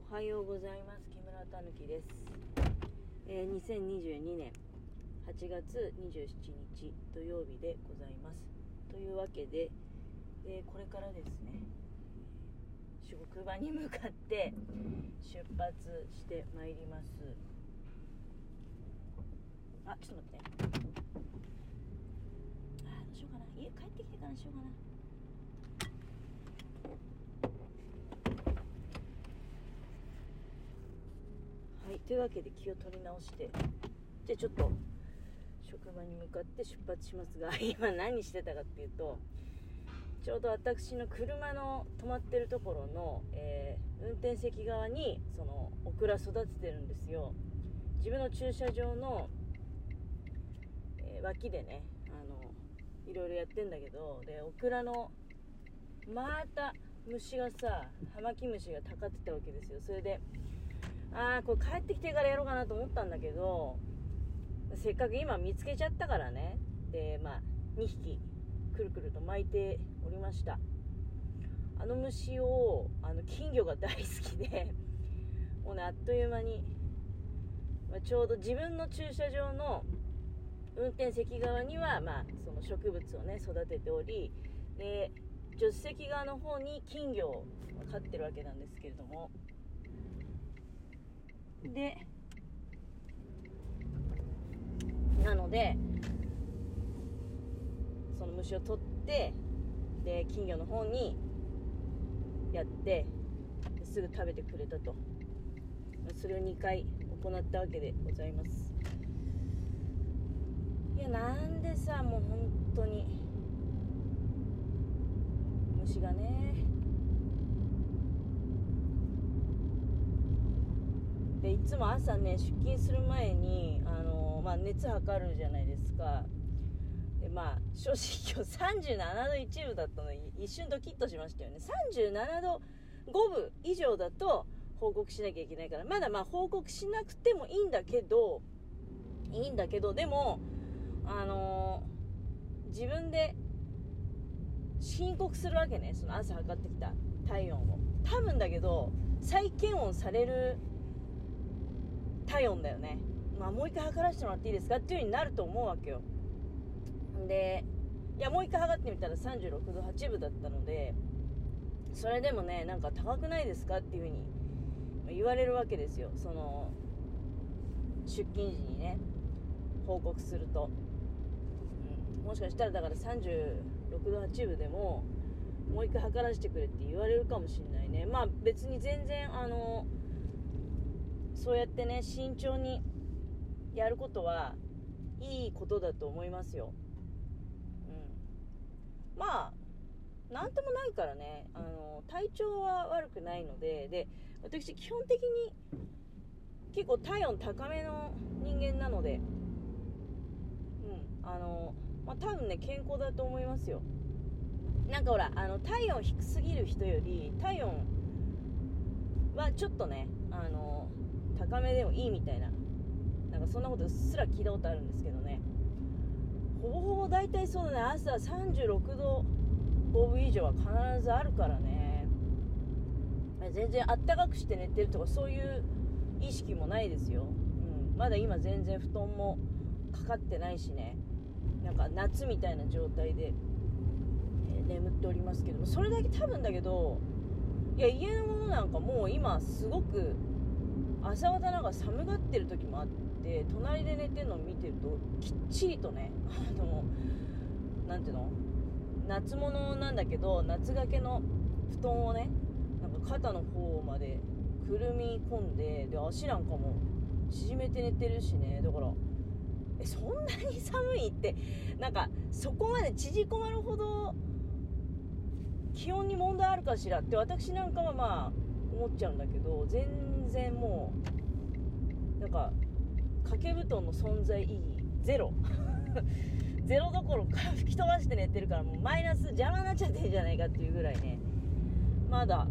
おはようございます。木村たぬきです。2022年8月27日土曜日でございます。というわけで、これからですね、職場に向かって出発してまいります。あ、ちょっと待ってね。どうしようかな。家帰ってきてからにしようかな。はい、というわけで気を取り直して、じゃあちょっと職場に向かって出発しますが、今何してたかっていうと、ちょうど私の車の止まってるところの、運転席側にそのオクラ育ててるんですよ。自分の駐車場の、脇でね、いろいろやってんだけど、でオクラのまた虫がさ、ハマキムシがたかってたわけですよ。それでこれ帰ってきてからやろうかなと思ったんだけど、せっかく今見つけちゃったからね。で2匹くるくると巻いておりました。あの虫を金魚が大好きでもうね、あっという間に、ちょうど自分の駐車場の運転席側には、その植物をね育てており、で助手席側の方に金魚を飼ってるわけなんですけれども、でなのでその虫を取って、で金魚の方にやってすぐ食べてくれたと。それを2回行ったわけでございます。いや、なんでさ、もう本当に虫がね。でいつも朝ね、出勤する前に熱測るじゃないですか。で正直今日37度1分だったのに一瞬ドキッとしましたよね。37度5分以上だと報告しなきゃいけないから、まだ報告しなくてもいいんだけどでも自分で申告するわけね。その朝測ってきた体温を。多分だけど再検温される体温だよね。もう一回測らせてもらっていいですかっていう風になると思うわけよ。でもう一回測ってみたら36度8分だったので、それでもね、なんか高くないですかっていう風に言われるわけですよ。その出勤時にね報告すると、もしかしたらだから36度8分でももう一回測らせてくれって言われるかもしれないね。別に全然そうやってね慎重にやることはいいことだと思いますよ。なんともないからね、体調は悪くないので、私基本的に結構体温高めの人間なので、多分ね健康だと思いますよ。なんかほら体温低すぎる人より体温はちょっとね高めでもいいみたいな、なんかそんなことうっすら聞いたことあるんですけどね。ほぼほぼ大体そうだね、朝36度5分以上は必ずあるからね。全然あったかくして寝てるとかそういう意識もないですよ。まだ今全然布団もかかってないしね、なんか夏みたいな状態で、眠っておりますけども、それだけ多分だけど、いや家のものなんかもう今すごく朝方なんか寒がってる時もあって、隣で寝てるのを見てるときっちりとねなんていうの、夏物なんだけど夏掛けの布団をね、なんか肩の方までくるみ込んで、足なんかも縮めて寝てるしね。だからそんなに寒いって、なんかそこまで縮こまるほど気温に問題あるかしらって私なんかは思っちゃうんだけど、全然もうなんか掛け布団の存在意義ゼロゼロどころか吹き飛ばして寝てるから、もうマイナス邪魔になっちゃってるんじゃないかっていうぐらいね、まだ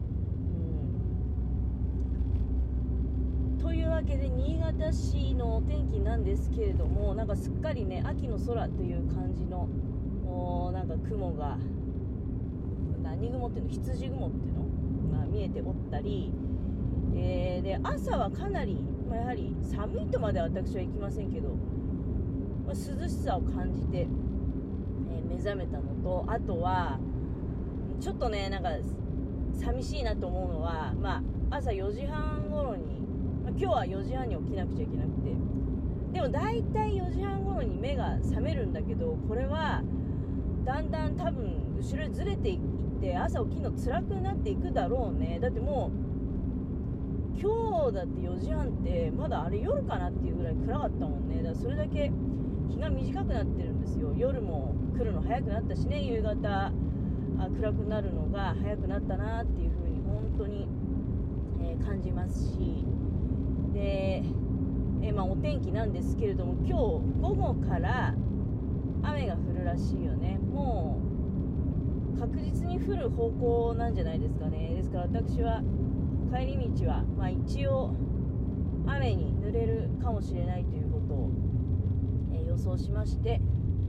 というわけで新潟市のお天気なんですけれども、なんかすっかりね秋の空という感じのなんか雲が、何雲っていうの、羊雲っていうのが見えておったり、 で朝はかなり、やはり寒いとまでは私は行きませんけど、涼しさを感じて、目覚めたのと、あとはちょっとねなんか寂しいなと思うのは、朝4時半頃に、今日は4時半に起きなくちゃいけなくて、でも大体4時半頃に目が覚めるんだけど、これはだんだん多分後ろにずれていって朝起きるの辛くなっていくだろうね。だってもう今日だって4時半ってまだあれ夜かなっていうぐらい暗かったもんね。だからそれだけ日が短くなってるんですよ。夜も来るの早くなったしね、夕方暗くなるのが早くなったなっていう風に本当に、感じますし、で、お天気なんですけれども、今日午後から雨が降るらしいよね。もう確実に降る方向なんじゃないですかね。ですから私は帰り道は、一応雨に濡れるかもしれないということを、予想しまして、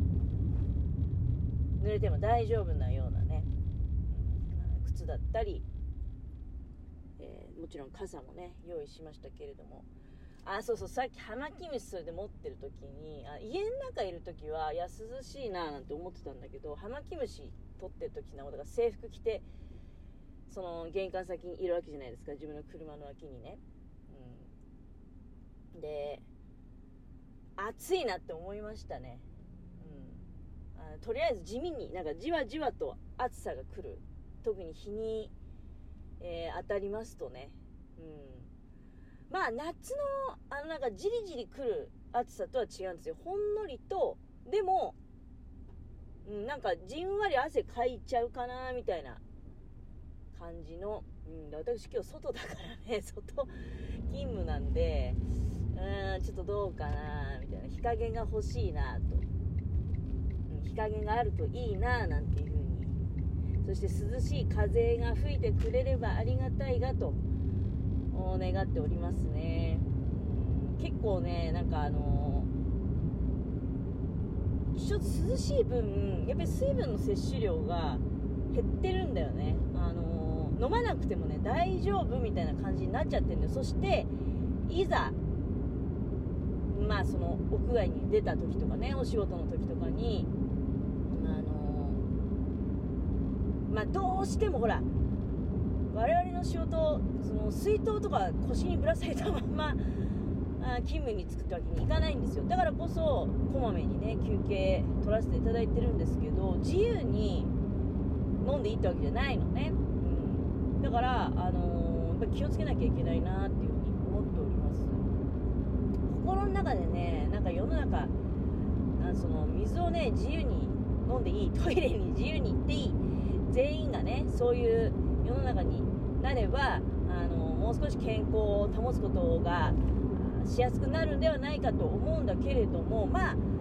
濡れても大丈夫なようなね、靴だったり、もちろん傘もね用意しましたけれども、そうそう、さっきハマキムシそれで持ってる時に、家の中いる時は涼しいななんて思ってたんだけど、ハマキムシ取ってる時なのだから制服着てその玄関先にいるわけじゃないですか、自分の車の脇にね、で暑いなって思いましたね。とりあえず地味になんかじわじわと暑さが来る、特に日に、当たりますとね、夏のなんかじりじり来る暑さとは違うんですよ。ほんのりと、でも、なんかじんわり汗かいちゃうかなみたいな感じの、私今日外だからね、外勤務なんで、ちょっとどうかなみたいな、日陰が欲しいなと、日陰があるといいななんていう風に、そして涼しい風が吹いてくれればありがたいがと願っておりますね。結構ね、なんかちょっと涼しい分やっぱり水分の摂取量が減ってるんだよね。飲まなくてもね大丈夫みたいな感じになっちゃってるんだよ。そしていざその屋外に出た時とかね、お仕事の時とかにどうしてもほら我々の仕事、その水筒とか腰にぶら下げたまま勤務に就くってわけにいかないんですよ。だからこそこまめにね休憩取らせていただいてるんですけど、自由に飲んでいいってわけじゃないのね、だからやっぱ気をつけなきゃいけないなっていうふうに思っております。心の中でね、なんか世の中その水をね自由に飲んでいい、トイレに自由に行っていい、全員がねそういう世の中になればもう少し健康を保つことがしやすくなるんではないかと思うんだけれども、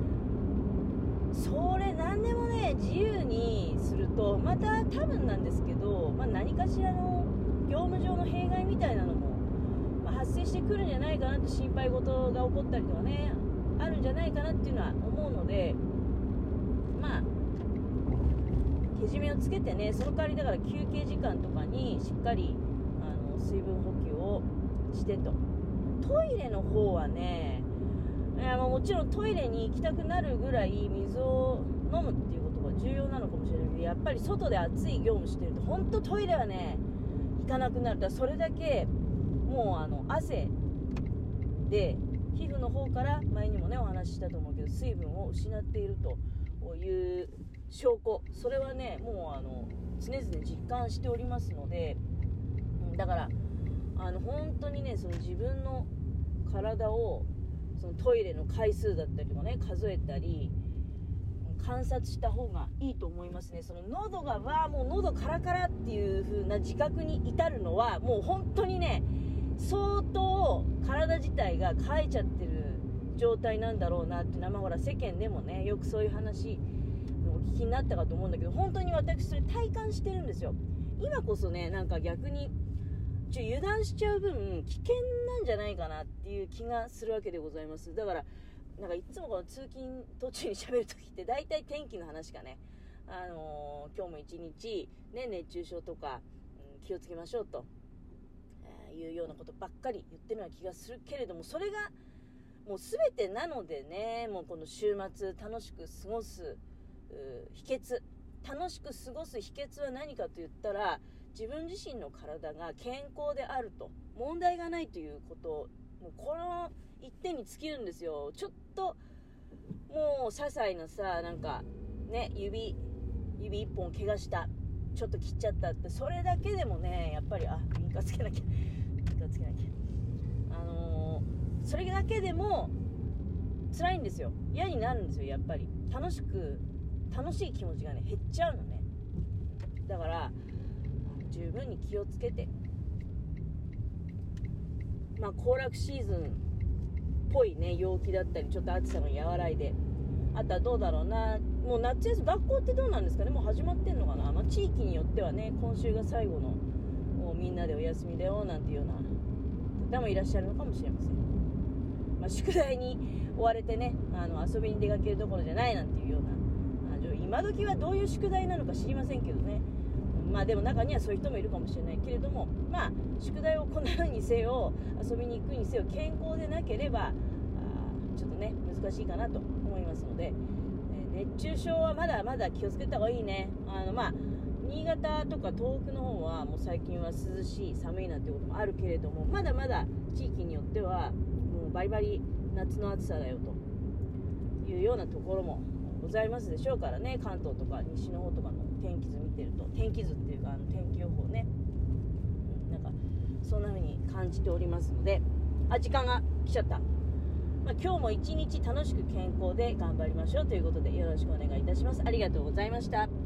それ何でもね自由にするとまた多分なんですけど、何かしらの業務上の弊害みたいなのも、発生してくるんじゃないかなと、心配事が起こったりとかねあるんじゃないかなっていうのは思うので、けじめをつけてね、その代わりだから休憩時間とかにしっかり水分補給をしてと。トイレの方はね、もちろんトイレに行きたくなるぐらい水を飲むっていうことが重要なのかもしれないけど、やっぱり外で暑い業務してると本当トイレはね行かなくなる。だからそれだけもう汗で皮膚の方から前にもねお話ししたと思うけど水分を失っているという証拠、それはねもう常々実感しておりますので、だから本当にねその自分の体をそのトイレの回数だったりとかね数えたり観察した方がいいと思いますね。その喉がもう喉カラカラっていう風な自覚に至るのはもう本当にね相当体自体が乾いちゃってる状態なんだろうなって、ほら世間でもねよくそういう話お聞きになったかと思うんだけど、本当に私それ体感してるんですよ。今こそねなんか逆に油断しちゃう分危険なんじゃないかなっていう気がするわけでございます。だからなんかいつもこの通勤途中に喋るときって大体天気の話かね、今日も一日、ね、熱中症とか、気をつけましょうと、いうようなことばっかり言ってるような気がするけれども、それがもう全てなのでね、もうこの週末楽しく過ごす秘訣、楽しく過ごす秘訣は何かと言ったら、自分自身の体が健康であると、問題がないということ、もうこの一点に尽きるんですよ。ちょっともう些細なさ、なんかね、指一本怪我した、ちょっと切っちゃったって、それだけでもね、やっぱりビンカつけなきゃそれだけでも辛いんですよ。嫌になるんですよ。やっぱり楽しい気持ちがね減っちゃうのね。だから十分に気をつけて、行楽シーズンっぽいね陽気だったり、ちょっと暑さが和らいで、あとはどうだろうな、もう夏休み、学校ってどうなんですかね、もう始まってんのかな。地域によってはね、今週が最後のもうみんなでお休みだよなんていうような方もいらっしゃるのかもしれません。宿題に追われてね、遊びに出かけるどころじゃないなんていうような、今時はどういう宿題なのか知りませんけどね。でも中にはそういう人もいるかもしれないけれども、宿題を行うにせよ遊びに行くにせよ健康でなければちょっとね難しいかなと思いますので、熱中症はまだまだ気をつけた方がいいね。新潟とか東北の方はもう最近は涼しい寒いなんてこともあるけれども、まだまだ地域によってはもうバリバリ夏の暑さだよというようなところもございますでしょうからね。関東とか西の方とかの天気図見てると、天気図っていうか天気予報ね、なんかそんな風に感じておりますので、時間が来ちゃった。今日も一日楽しく健康で頑張りましょうということで、よろしくお願いいたします。ありがとうございました。